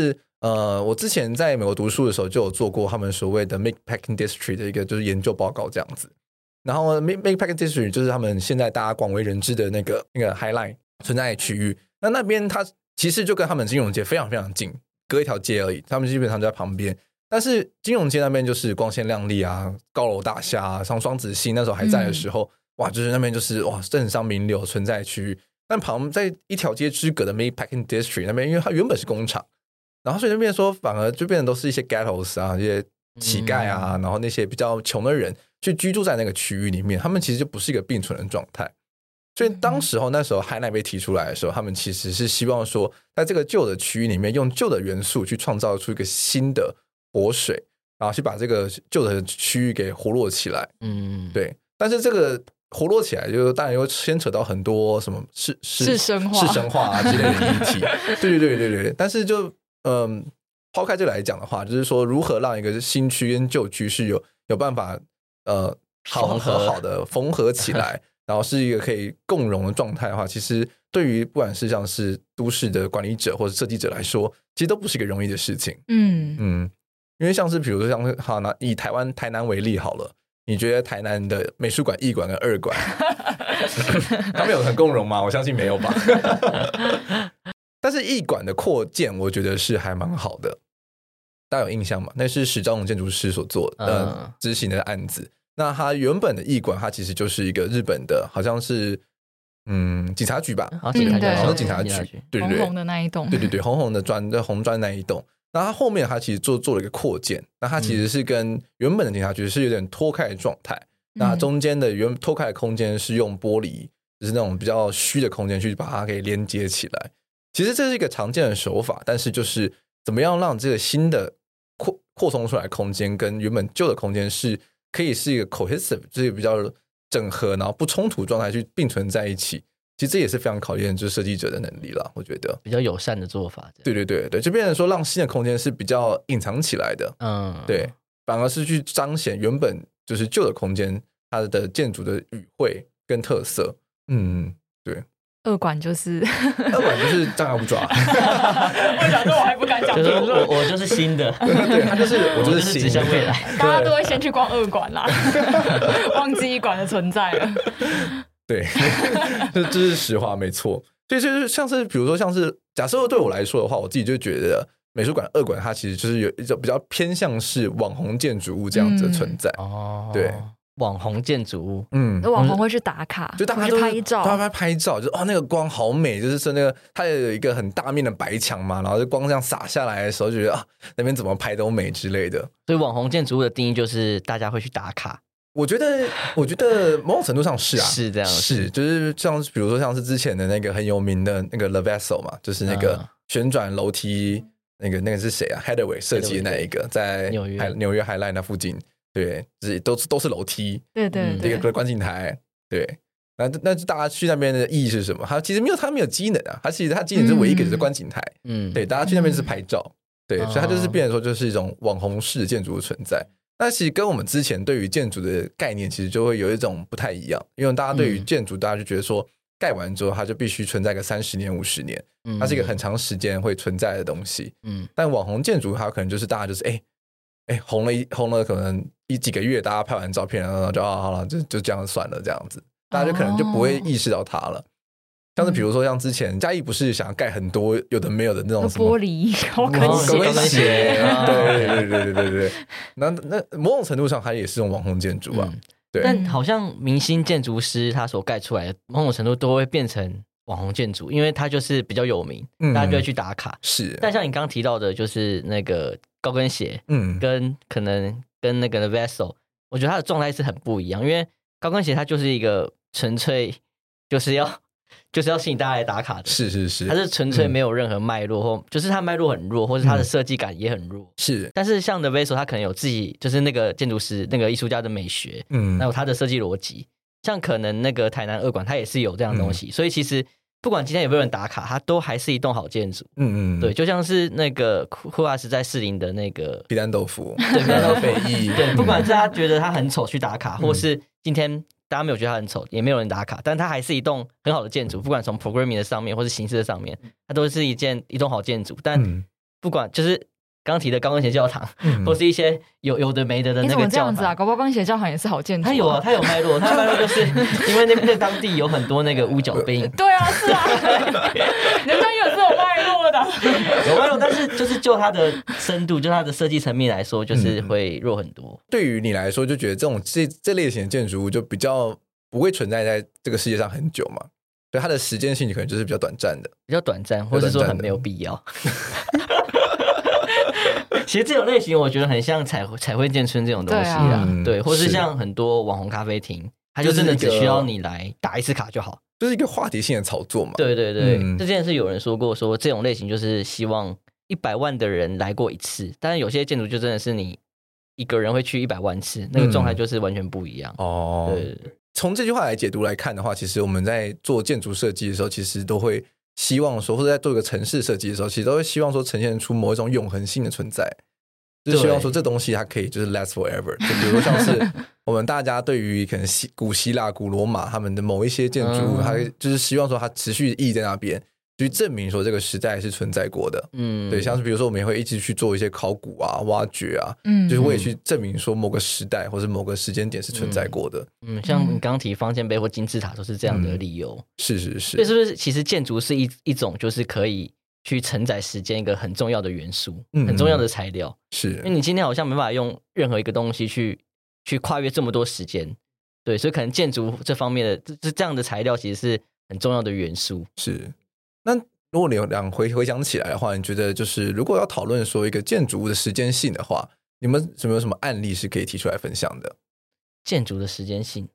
我之前在美国读书的时候就有做过他们所谓的 Meatpacking District 的一个就是研究报告这样子。然后 Meatpacking District 就是他们现在大家广为人知的那个 Highline 存在的区域。那边它其实就跟他们金融街非常非常近，隔一条街而已，他们基本上就在旁边。但是金融街那边就是光鲜亮丽啊，高楼大厦啊，像双子星那时候还在的时候，哇，就是那边就是哇政商名流存在的区域。但在一条街之隔的 Meatpacking District 那边，因为它原本是工厂，然后所以那边说反而就变成都是一些 ghettos 啊，一些乞丐啊，然后那些比较穷的人去居住在那个区域里面，他们其实就不是一个并存的状态。所以那时候Highline被提出来的时候，他们其实是希望说在这个旧的区域里面用旧的元素去创造出一个新的活水，然后去把这个旧的区域给活络起来。对。但是这个活络起来就当然又牵扯到很多什么市生化啊之类的议题。对。但是就抛开这个来讲的话，就是说如何让一个新区跟旧区是有办法好的缝合起来然后是一个可以共融的状态的话，其实对于不管是像是都市的管理者或者设计者来说，其实都不是一个容易的事情。因为像是比如说像以台南为例好了，你觉得台南的美术馆、艺馆跟二馆他们有很共融吗？我相信没有吧。但是艺馆的扩建我觉得是还蛮好的，大家有印象吗？那是史兆荣建筑师所做的执行的案子。那他原本的艺馆它其实就是一个日本的好像是警察局吧，好像是警察局，对， 红红的那一栋， 对，红红的红砖那一栋。那他后面他其实做了一个扩建，那他其实是跟原本的警察局是有点脱开的状态。那中间的脱开的空间是用玻璃，就是那种比较虚的空间去把它给连接起来。其实这是一个常见的手法，但是就是怎么样让这个新的扩充出来的空间跟原本旧的空间是可以是一个 cohesive， 就是比较整合，然后不冲突状态去并存在一起。其实这也是非常考验就是设计者的能力了，我觉得比较友善的做法。 对，就变成说让新的空间是比较隐藏起来的，对，反而是去彰显原本就是旧的空间它的建筑的语汇跟特色。对。 二馆就是张牙舞爪。 我想说我还不敢讲， 就是我就是新的。 对，他就是我就是新的， 指向未来。 大家都会先去逛二馆啦，忘记一馆的存在了。 对，这是实话，没错。所以就是像是比如说像是假设对我来说的话，我自己就觉得美术馆二馆它其实就是有一种比较偏向是网红建筑物这样子的存在。对， 网红建筑物， 网红会去打卡， 就大家都拍照， 就是那个光好美，就是那个它有一个很大面的白墙嘛，然后就光这样洒下来的时候，就觉得那边怎么拍都美之类的。 所以网红建筑物的定义就是大家会去打卡。 我觉得某种程度上是啊， 是这样， 是就是像比如说像是之前的那个很有名的那个 The Vessel 嘛，就是那个旋转楼梯，那个是谁啊 ？Hathaway 设计的那一个，在纽约 Highline 那附近，对，都是楼梯， 对， 这个观景台，对。那大家去那边的意义是什么？它其实它没有机能啊，它其实它机能是唯一一个就是观景台，对，大家去那边是拍照，对，所以它就是变成说就是一种网红式的建筑的存在。那其实跟我们之前对于建筑的概念其实就会有一种不太一样，因为大家对于建筑大家就觉得说盖完之后它就必须存在个30年50年，它是一个很长时间会存在的东西。但网红建筑它可能就是大家就是红了可能几个月，大家拍完照片然后就好了，就这样算了，这样子大家就可能就不会意识到它了。像是比如说像之前嘉义不是想要盖很多有的没有的那种什么玻璃高跟鞋，对，那某种程度上它也是这种网红建筑啊。对， 但好像明星建筑师他所盖出来的某种程度都会变成网红建筑，因为它就是比较有名，大家就会去打卡。 是， 但像你刚刚提到的，就是那个高跟鞋，跟可能跟那个 Vessel， 我觉得它的状态是很不一样，因为高跟鞋它就是一个纯粹就是要吸引大家来打卡的， 是， 它是纯粹没有任何脉络，或就是它脉络很弱，或是它的设计感也很弱， 是。 但是像 The Vessel， 它可能有自己就是那个建筑师、那个艺术家的美学，还有它的设计逻辑。像可能那个台南二馆，它也是有这样的东西，所以其实不管今天有没有人打卡，它都还是一栋好建筑。对，就像是那个库拉斯在士林的那个皮蛋豆腐， 对，皮蛋豆腐北艺， 对，不管是他觉得它很丑去打卡，或是今天大家没有觉得它很丑，也没有人打卡，但它还是一栋很好的建筑。不管从 programming 的上面，或是形式的上面，它都是一栋好建筑。但不管就是刚提的高跟鞋教堂，或是一些有的没的那个教堂。 你怎么这样子啊？搞不好高跟鞋教堂也是好建筑。 它有啊，它有脉络，它的脉络就是因为那边当地有很多那个屋角兵。 对啊，是啊，人家也是有脉络的， 有脉络，但是就是就它的深度，就它的设计层面来说，就是会弱很多。 对于你来说，就觉得这类型的建筑物就比较不会存在在这个世界上很久嘛，所以它的时间性可能就是比较短暂的， 比较短暂，或者说很没有必要。其实这种类型我觉得很像彩绘建村这种东西啦，对，或是像很多网红咖啡厅，它就真的只需要你来打一次卡就好， 就是一个话题性的炒作嘛。 对，这件事有人说过，说这种类型就是希望100万的人来过一次，但是有些建筑就真的是你一个人会去100万次，那个状态就是完全不一样。对， 从这句话来解读来看的话，其实我们在做建筑设计的时候，其实都会希望说，或者在做一个城市设计的时候，其实都会希望说呈现出某一种永恒性的存在，就是希望说这东西它可以就是 last forever。就比如说像是我们大家对于可能古希腊、古罗马他们的某一些建筑物，它就是希望说它持续意义在那边，去证明说这个时代是存在过的。对，像是比如说我们也会一直去做一些考古啊、挖掘啊，就是为了去证明说某个时代或是某个时间点是存在过的。 像你刚提方尖碑或金字塔都是这样的理由。 是。 所以是不是其实建筑是一种就是可以去承载时间一个很重要的元素，很重要的材料？ 是， 因为你今天好像没办法用任何一个东西去跨越这么多时间。对，所以可能建筑这方面的这样的材料其实是很重要的元素。 是。那如果你回想起来的话，你觉得就是如果要讨论说一个建筑物的时间性的话，你们有没有什么案例是可以提出来分享的？ 建筑的时间性，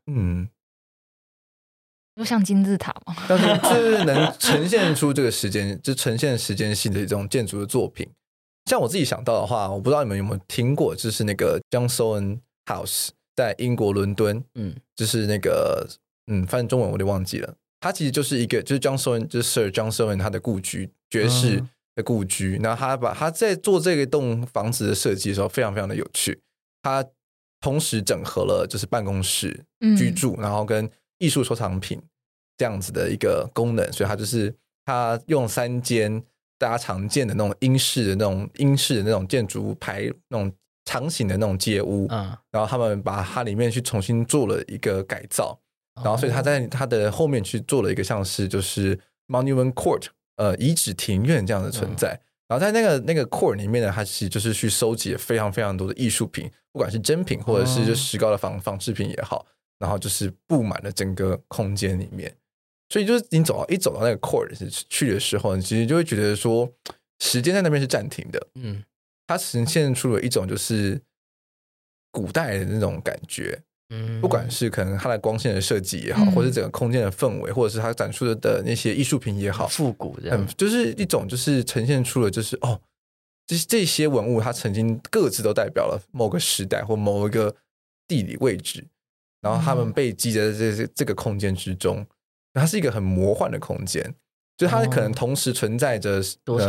就像金字塔嘛， 但是就是能呈现出这个时间，就呈现时间性的这种建筑的作品。像我自己想到的话，我不知道你们有没有听过，就是那个 John Soane House 在英国伦敦，就是那个反正中文我都忘记了。它其实就是一个，就是 John Soane， 就是 Sir John Soane 他的故居，爵士的故居。然后他在做这个栋房子的设计的时候，非常非常的有趣。他同时整合了就是办公室、居住，然后跟艺术收藏品这样子的一个功能。所以他用3间大家常见的那种英式的那种建筑排那种长形的那种街屋，然后他们把它里面去重新做了一个改造。然后所以他在他的后面去做了一个像是就是 Monument Court 遗址庭院这样的存在。然后在那个 court 里面呢，他其实就是去收集了非常非常多的艺术品，不管是真品或者是就石膏的仿制品也好，然后就是布满了整个空间里面。所以就是你走到那个 court 去的时候，你其实就会觉得说时间在那边是暂停的。它呈现出了一种就是古代的那种感觉。不管是可能它的光线的设计也好，或是整个空间的氛围，或者是它展出的那些艺术品也好， 复古这样， 就是一种就是呈现出了就是这些文物它曾经各自都代表了某个时代或某一个地理位置，然后他们被积在这个空间之中，它是一个很魔幻的空间，就是它可能同时存在着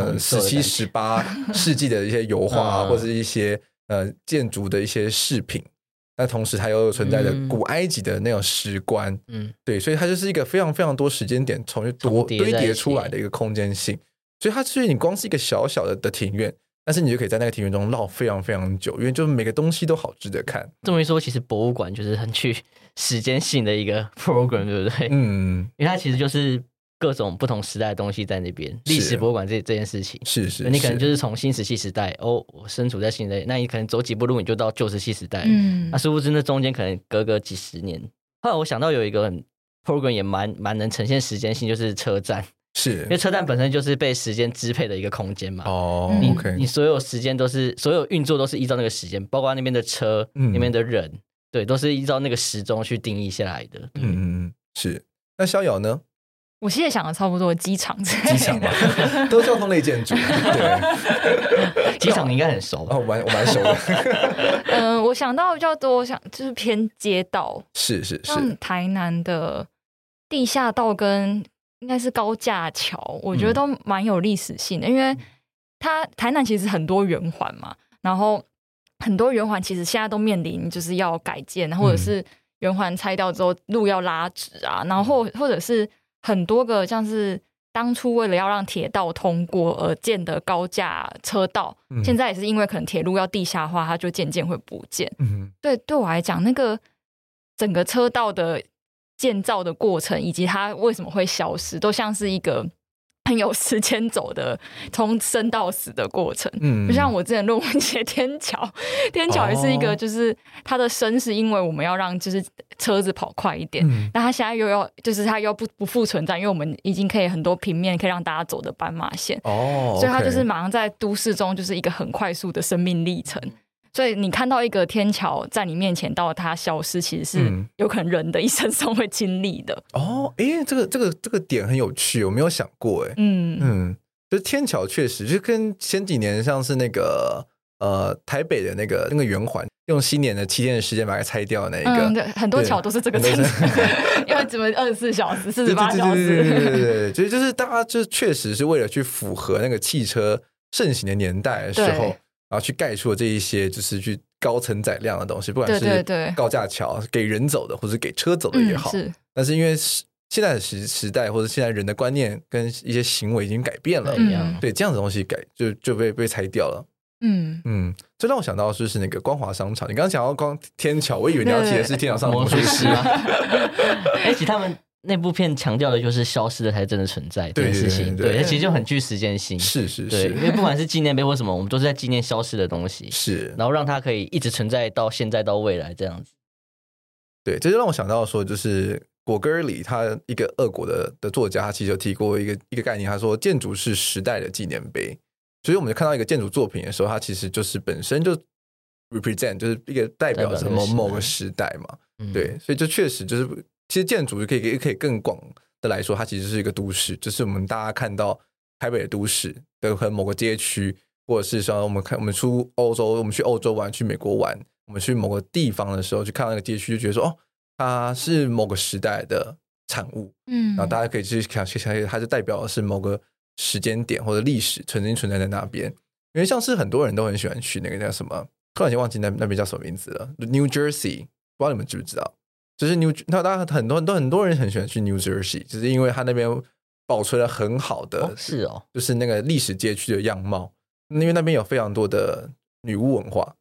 17、18世纪的一些油画或者一些建筑的一些饰品。但同时它又存在着古埃及的那种石棺，对，所以它就是一个非常非常多时间点重新堆叠出来的一个空间性。所以你光是一个小小的庭院，但是你就可以在那个庭院中绕非常非常久，因为就是每个东西都好值得看。 这么一说，其实博物馆就是很去时间性的一个 program， 对不对？因为它其实就是各种不同时代的东西在那边，历史博物馆这件事情是你可能就是从新石器时代我身处在新时代，那你可能走几步路你就到旧石器时代，那殊不知那中间可能隔个几十年。后来我想到有一个program 也蛮能呈现时间性，就是车站，因为车站本身就是被时间支配的一个空间嘛。你所有时间所有运作都是依照那个时间，包括那边的车，那边的人，对，都是依照那个时钟去定义下来的。 是。那逍遥呢？ 我现在想的差不多机场嘛， 都是交通类建筑。对， 机场你应该很熟。 我蛮熟的。 我想到比较多，就是偏街道， 是像台南的地下道跟应该是高架桥，我觉得都蛮有历史性的，因为台南其实很多圆环嘛，然后很多圆环其实现在都面临就是要改建，或者是圆环拆掉之后路要拉直啊，然后或者是很多个像是当初为了要让铁道通过而建的高架车道，现在也是因为可能铁路要地下化，它就渐渐会不见。对我来讲，那个整个车道的建造的过程以及它为什么会消失，都像是一个很有时间走的从生到死的过程。就像我之前论文写天桥也是一个，就是它的生是因为我们要让就是车子跑快一点，那它现在又要就是它又不复存在，因为我们已经可以很多平面可以让大家走的斑马线，所以它就是马上在都市中就是一个很快速的生命历程。所以你看到一个天桥在你面前到它消失，其实是有可能人的一生中会经历的。 这个点很有趣，我没有想过。就是天桥确实就跟前几年像是那个台北的那个圆环，用新年的7天的时间把它拆掉的那一个， 对，很多桥都是这个程度，因为只能24小时、48小时，对，就是大家就确实是为了去符合那个汽车盛行的年代的时候。然后去盖出了这一些就是去高承载量的东西，不管是高架桥给人走的或者给车走的也好，但是因为现在的时代或者现在人的观念跟一些行为已经改变了，对这样的东西就被拆掉了。这让我想到就是那个光华商场，你刚刚讲到天桥，我以为你要提的是天桥上的魔术师啊。 其实他们那部片强调的就是消失的才真的存在这件事情，对，其实就很具时间性， 是， 对，因为不管是纪念碑或什么，我们都是在纪念消失的东西， 是， 然后让它可以一直存在到现在到未来这样子。 对，这就让我想到说，就是果戈尔里他一个俄国的作家，他其实有提过一个概念，他说建筑是时代的纪念碑，所以我们看到一个建筑作品的时候，它其实就是本身就 represent 就是一个代表什么某个时代嘛，对，所以就确实就是。其实建筑可以更广的来说，它其实是一个都市，就是我们大家看到台北的都市的和某个街区，或者是说我们出欧洲，我们去欧洲玩，去美国玩，我们去某个地方的时候，去看到那个街区，就觉得说它是某个时代的产物，然后大家可以去想，它就代表的是某个时间点或者历史曾经存在在那边。因为像是很多人都很喜欢去那个叫什么，突然间忘记那边叫什么名字了 ，New Jersey， 不知道你们知不知道？就是大家很多人很喜欢去 New Jersey， 就是因为它那边保存了很好的，就是那个历史街区的样貌，因为那边有非常多的女巫文化。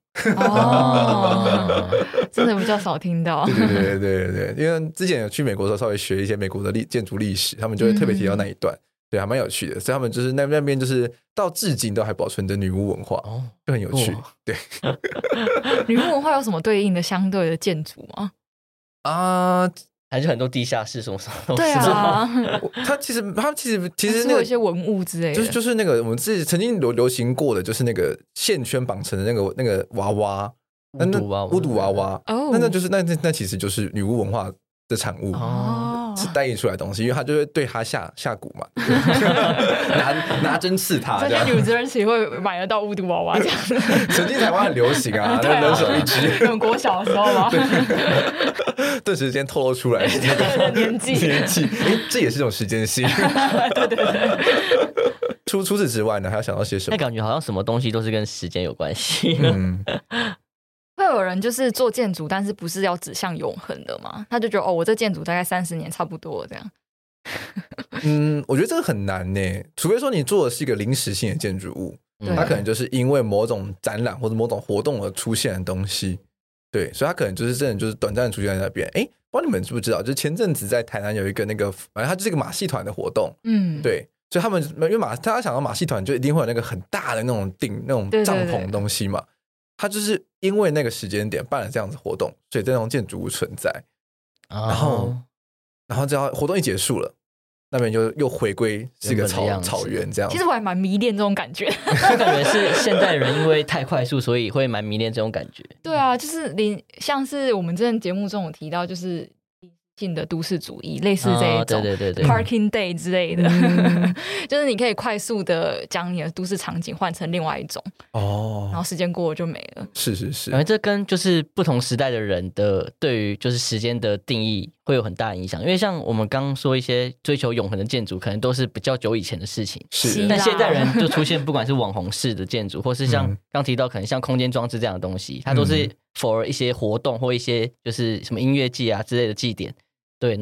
真的比较少听到。 对，因为之前有去美国的时候稍微学一些美国的建筑历史，他们就会特别提到那一段，对，还蛮有趣的。所以他们就是那边就是到至今都还保存着女巫文化，就很有趣。对， 女巫文化有什么对应的相对的建筑吗？ 还是很多地下室什么对啊， 它其实是有一些文物之类的， 就是那个我们自己曾经流行过的，就是那个线圈绑成的那个娃娃，巫毒娃娃，那就是那其实就是女巫文化的产物，是代印出来的东西，因为他就会对他下蛊嘛，拿针刺他。 这些女生谁会买得到巫毒娃娃这样？ 曾经台湾很流行啊，人手一只。 我们国小的时候吗？ 顿时间透露出来那个年纪， 这也是一种时间性。对。除此之外呢，还要想到些什么？ 那感觉好像什么东西都是跟时间有关系。 会有人就是做建筑，但是不是要指向永恒的吗？他就觉得我这建筑大概30年差不多这样。 我觉得这个很难呢，除非说你做的是一个临时性的建筑物，它可能就是因为某种展览或者某种活动而出现的东西，对，所以它可能就是真的就是短暂的出现在那边。不知道你们知不知道，就是前阵子在台南有一个那个，反正它就是一个马戏团的活动，对，所以他们因为大家想到马戏团就一定会有那个很大的那种帐篷的东西嘛。他就是因为那个时间点办了这样子活动，所以这种建筑物存在。然后这样活动一结束了，那边就又回归是一个草原这样。 其实我还蛮迷恋这种感觉， 感觉是现代人因为太快速，所以会蛮迷恋这种感觉。 对啊，就是像是我们之前节目中有提到，就是性的都市主义，类似这一种对 parking day 之类的，就是你可以快速的将你的都市场景换成另外一种然后时间过了就没了。 是， 这跟就是不同时代的人的对于就是时间的定义会有很大的影响，因为像我们刚说一些追求永恒的建筑，可能都是比较久以前的事情， 是， 但现代人就出现不管是网红式的建筑，或是像刚提到可能像空间装置这样的东西，它都是 for 一些活动或一些就是什么音乐季啊之类的祭典。对，然后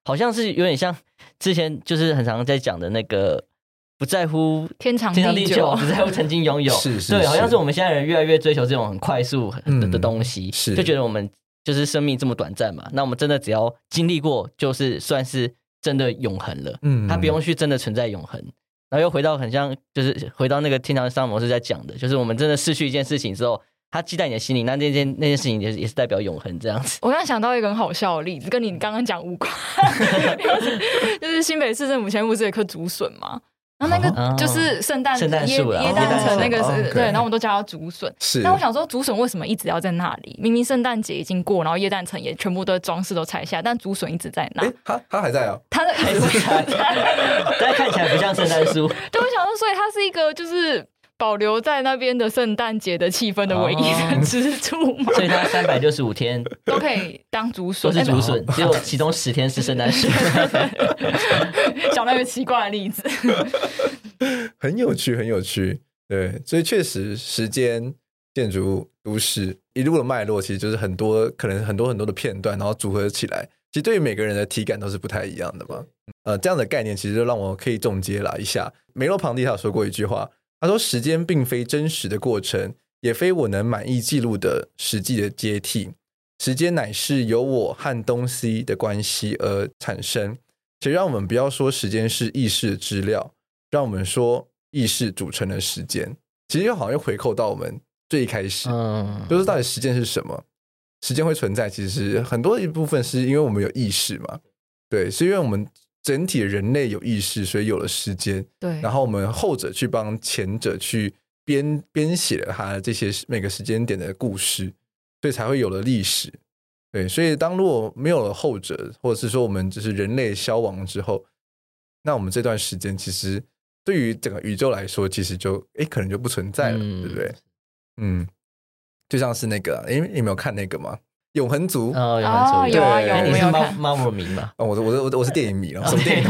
好像是有点像之前就是很常在讲的那个不在乎天长地久，只在乎曾经拥有。对，好像是我们现在人越来越追求这种很快速的东西，就觉得我们就是生命这么短暂嘛，那我们真的只要经历过，就是算是真的永恒了。它不用去真的存在永恒。然后又回到很像，就是回到那个天堂上模式在讲的，就是我们真的失去一件事情之后，它记在你的心里，那件事情也是代表永恒这样子。 我刚刚想到一个很好笑的例子，跟你刚刚讲无关，就是新北市政府前面不是有一棵竹笋吗？然后那个就是圣诞树椰蛋城那个是对，然后我们都叫它竹笋。 是， 那我想说，竹笋为什么一直要在那里？明明圣诞节已经过，然后椰蛋城也全部的装饰都拆下，但竹笋一直在那。 它还在啊？ 它一直在， 但看起来不像圣诞树。 对，我想说，所以它是一个就是保留在那边的圣诞节的气氛的唯一的支柱嘛。 所以它365天都可以当竹笋， 都是竹笋，只有其中10天是圣诞树。 讲到一个奇怪的例子。 很有趣，很有趣。对，所以确实时间、建筑、都市一路的脉络，其实就是可能很多的片段，然后组合起来，其实对于每个人的体感都是不太一样的嘛。这样的概念其实就让我可以总结了一下。梅洛庞蒂他有说过一句话，他说：“时间并非真实的过程，也非我能满意记录的实际的接替。时间乃是由我和东西的关系而产生。且让我们不要说时间是意识的资料。”让我们说意识组成了时间，其实又好像又回扣到我们最一开始，就是到底时间是什么？时间会存在，其实很多一部分是因为我们有意识嘛，对，是因为我们整体的人类有意识，所以有了时间， 对， 然后我们后者去帮前者去编写了他这些每个时间点的故事，所以才会有了历史。对，所以如果没有了后者，或者是说我们就是人类消亡之后，那我们这段时间其实对于整个宇宙来说，其实就可能就不存在了，对不对？就像是那个，你有没有看那个吗？永恒族永恒族有啊有， 你是 Marvel 迷吗？ 我是电影迷了，什么电影？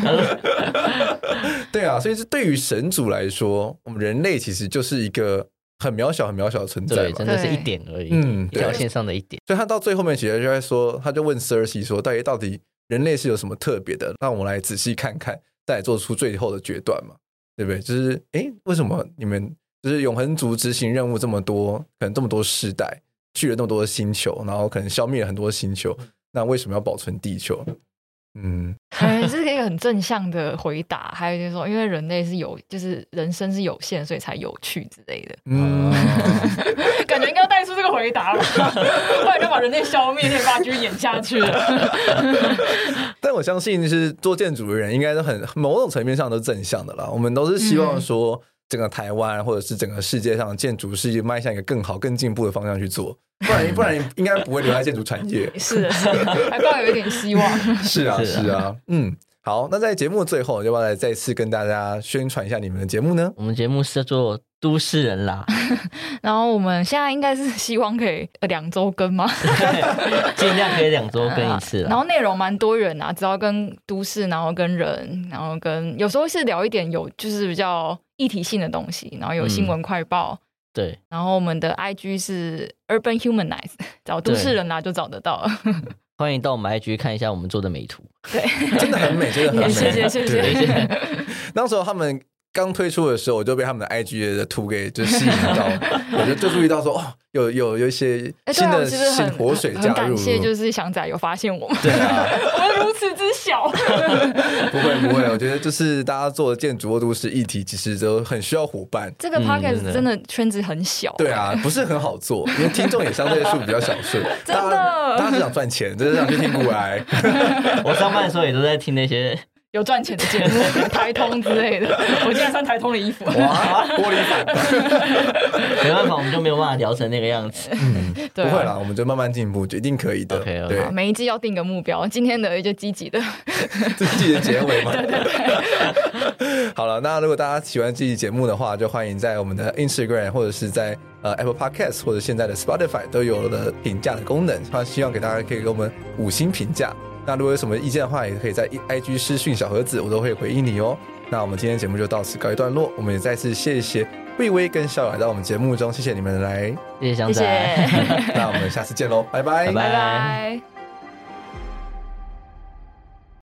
对啊，所以是对于神族来说，我们人类其实就是一个很渺小、很渺小的存在嘛， 对，真的是一点而已，一条线上的一点。 所以他到最后面其实就在说，他就问 Cersei 说，到底人类是有什么特别的？让我们来仔细看看。再做出最后的决断嘛，对不对？就是为什么你们就是永恒族执行任务这么多，可能这么多世代去了那么多的星球，然后可能消灭了很多星球，那为什么要保存地球？ 这是一个很正向的回答。还有就是说，因为人类是就是人生是有限，所以才有趣之类的。感觉应该要带出这个回答了，不然就把人类消灭，那把剧演下去了。 但我相信，就是做建筑的人，应该都某种层面上都正向的啦。我们都是希望说，整个台湾或者是整个世界上的建筑是迈向一个更好、更进步的方向去做。不然应该不会留在建筑产业。 是还抱有一点希望。 是啊，好，那在节目的最后，要不要再次跟大家宣传一下你们的节目呢？ 我们节目是叫做都市人啦， 然后我们现在应该是希望可以2周更吗？ 尽量可以2周更一次啦。 然后内容蛮多元啊，只要跟都市，然后跟人，然后有时候是聊一点就是比较议题性的东西，然后有新闻快报。 对， 然后我们的 IG 是 Urban Humanize， 找都市人啦就找得到了。 欢迎到我们 IG 看一下我们做的美图， 对， 真的很美，真的很美， 谢谢。 那时候他们刚推出的时候，我就被他们的 IG 的图给就吸引到，我就注意到说有一些新的新活水加入， 很感谢就是翔仔有发现我们， 对啊， 我们如此之小。 不会，我觉得就是大家做建筑或都市议题，其实都很需要伙伴。 这个 podcast 真的圈子很小， 对啊，不是很好做，因为听众也相对数比较小数， 真的， 大家是想赚钱，真的想去听古来。 我上班的时候也都在听那些有赚钱的节目，台通之类的。我竟然穿台通的衣服， 哇，玻璃粉。 没办法，我们就没有办法聊成那个样子。 不会啦，我们就慢慢进步，一定可以的。 Okay. 对， 每一季要定个目标，今天的就积极的， 这季的结尾嘛。 对。 好了，那如果大家喜欢这期节目的话，就欢迎在我们的 Instagram 或者是在Apple Podcast 或者现在的 Spotify 都有了评价的功能，希望给大家可以给我们5星评价。那如果有什么意见的话，也可以在 IG 私讯小盒子，我都会回应你哦。那我们今天节目就到此告一段落，我们也再次谢谢慧薇跟笑来到我们节目中，谢谢你们来， 谢谢翔仔， 那我们下次见喽，拜拜， 拜拜。